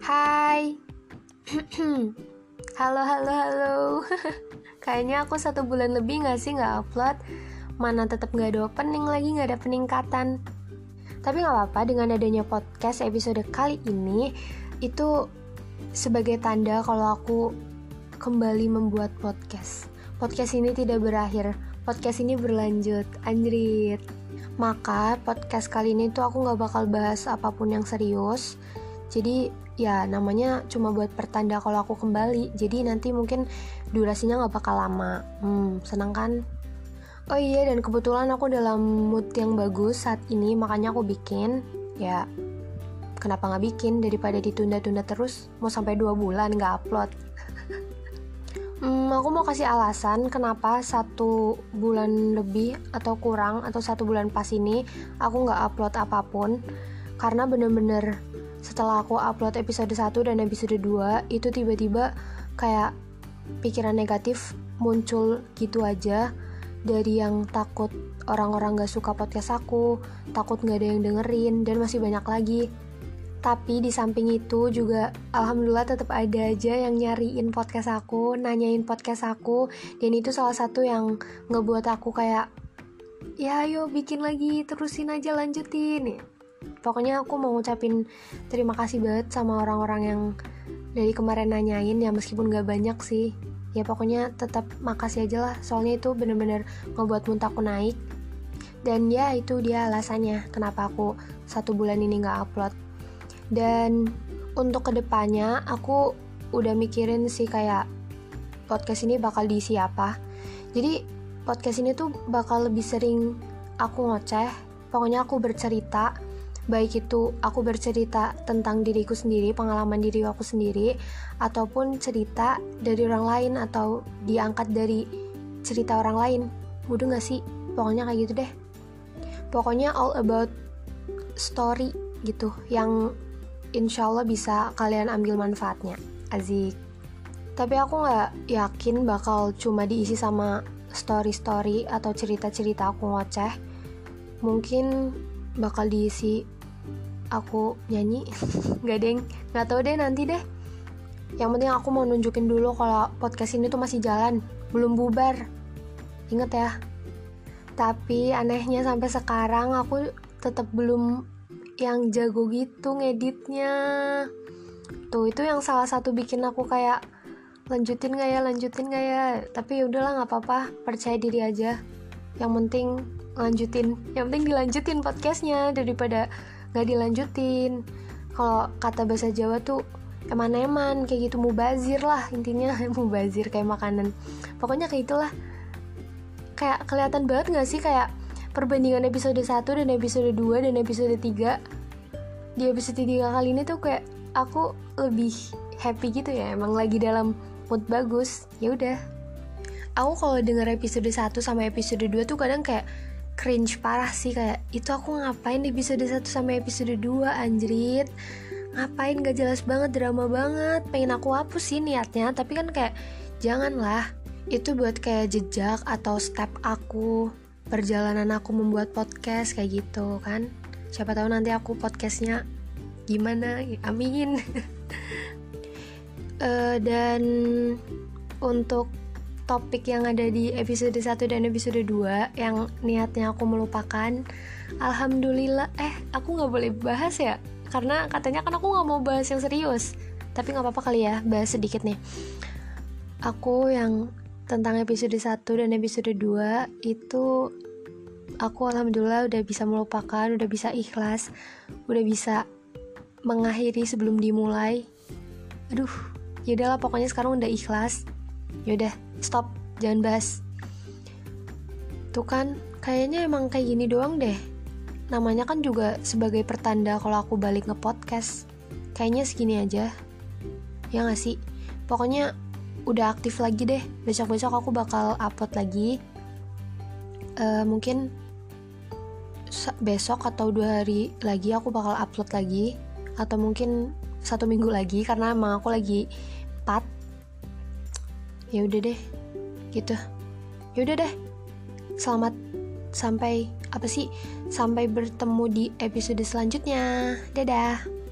Hai. Halo. Kayaknya aku 1 bulan lebih gak sih gak upload. Mana tetap gak ada opening lagi, gak ada peningkatan. Tapi gak apa-apa, dengan adanya podcast episode kali ini, itu sebagai tanda kalau aku kembali membuat podcast. Podcast ini tidak berakhir, podcast ini berlanjut, anjrit. Maka podcast kali ini tuh aku gak bakal bahas apapun yang serius. Jadi ya namanya cuma buat pertanda kalau aku kembali. Jadi nanti mungkin durasinya gak bakal lama. Senang kan? Oh iya, dan kebetulan aku dalam mood yang bagus saat ini, makanya aku bikin. Ya kenapa gak bikin daripada ditunda-tunda terus. Mau sampai 2 bulan gak upload. Aku mau kasih alasan kenapa 1 bulan lebih atau kurang, atau 1 bulan pas ini aku gak upload apapun. Karena bener-bener setelah aku upload episode 1 dan episode 2, itu tiba-tiba kayak pikiran negatif muncul gitu aja. Dari yang takut orang-orang gak suka podcast aku, takut gak ada yang dengerin, dan masih banyak lagi. Tapi di samping itu juga alhamdulillah tetap ada aja yang nyariin podcast aku, nanyain podcast aku. Dan itu salah satu yang ngebuat aku kayak, ya ayo bikin lagi, terusin aja, lanjutin. Pokoknya aku mau ngucapin terima kasih banget sama orang-orang yang dari kemarin nanyain, ya meskipun gak banyak sih. Ya pokoknya tetap makasih aja lah, soalnya itu bener-bener ngebuat mood aku naik. Dan ya itu dia alasannya kenapa aku 1 bulan ini gak upload. Dan untuk kedepannya aku udah mikirin sih kayak podcast ini bakal diisi apa. Jadi podcast ini tuh bakal lebih sering aku ngoceh. Pokoknya aku bercerita, baik itu aku bercerita tentang diriku sendiri, pengalaman diri aku sendiri, ataupun cerita dari orang lain atau diangkat dari cerita orang lain. Mudah gak sih? Pokoknya kayak gitu deh. Pokoknya all about story gitu, yang insya Allah bisa kalian ambil manfaatnya. Azik. Tapi aku gak yakin bakal cuma diisi sama story-story atau cerita-cerita aku ngoceh. Mungkin bakal diisi aku nyanyi. Gak tau deh, nanti deh. Yang penting aku mau nunjukin dulu kalau podcast ini tuh masih jalan, belum bubar. Ingat ya. Tapi anehnya sampai sekarang aku tetap belum yang jago gitu ngeditnya. Tuh itu yang salah satu bikin aku kayak lanjutin gak ya. Tapi yaudahlah, gak apa-apa, percaya diri aja. Yang penting dilanjutin podcastnya daripada gak dilanjutin. Kalau kata bahasa Jawa tuh eman-eman kayak gitu, mubazir lah intinya. Mubazir kayak makanan. Pokoknya kayak itulah. Kayak kelihatan banget gak sih kayak perbandingan episode 1 dan episode 2 dan episode 3. Di episode 3 kali ini tuh kayak aku lebih happy gitu ya, emang lagi dalam mood bagus. Ya udah. Aku kalau denger episode 1 sama episode 2 tuh kadang kayak cringe parah sih, kayak itu aku ngapain di episode 1 sama episode 2, anjrit. Ngapain, gak jelas banget, drama banget. Pengen aku hapus sih niatnya, tapi kan kayak janganlah. Itu buat kayak jejak atau step aku, perjalanan aku membuat podcast kayak gitu kan. Siapa tahu nanti aku podcastnya gimana, amin. Dan untuk topik yang ada di episode 1 dan episode 2 yang niatnya aku melupakan, alhamdulillah aku gak boleh bahas ya, karena katanya kan aku gak mau bahas yang serius. Tapi gak apa-apa kali ya, bahas sedikit nih. Aku yang tentang episode 1 dan episode 2 itu aku alhamdulillah udah bisa melupakan, udah bisa ikhlas, udah bisa mengakhiri sebelum dimulai. Aduh, yaudahlah pokoknya sekarang udah ikhlas. Yaudah, stop, jangan bahas. Tuh kan, kayaknya emang kayak gini doang deh. Namanya kan juga sebagai pertanda kalau aku balik nge-podcast. Kayaknya segini aja. Ya gak sih? Pokoknya udah aktif lagi deh. Besok-besok aku bakal upload lagi. Mungkin besok atau 2 hari lagi aku bakal upload lagi. Atau mungkin 1 minggu lagi, karena emang aku lagi pat. Ya udah deh, gitu. Ya udah deh. Selamat sampai bertemu di episode selanjutnya. Dadah.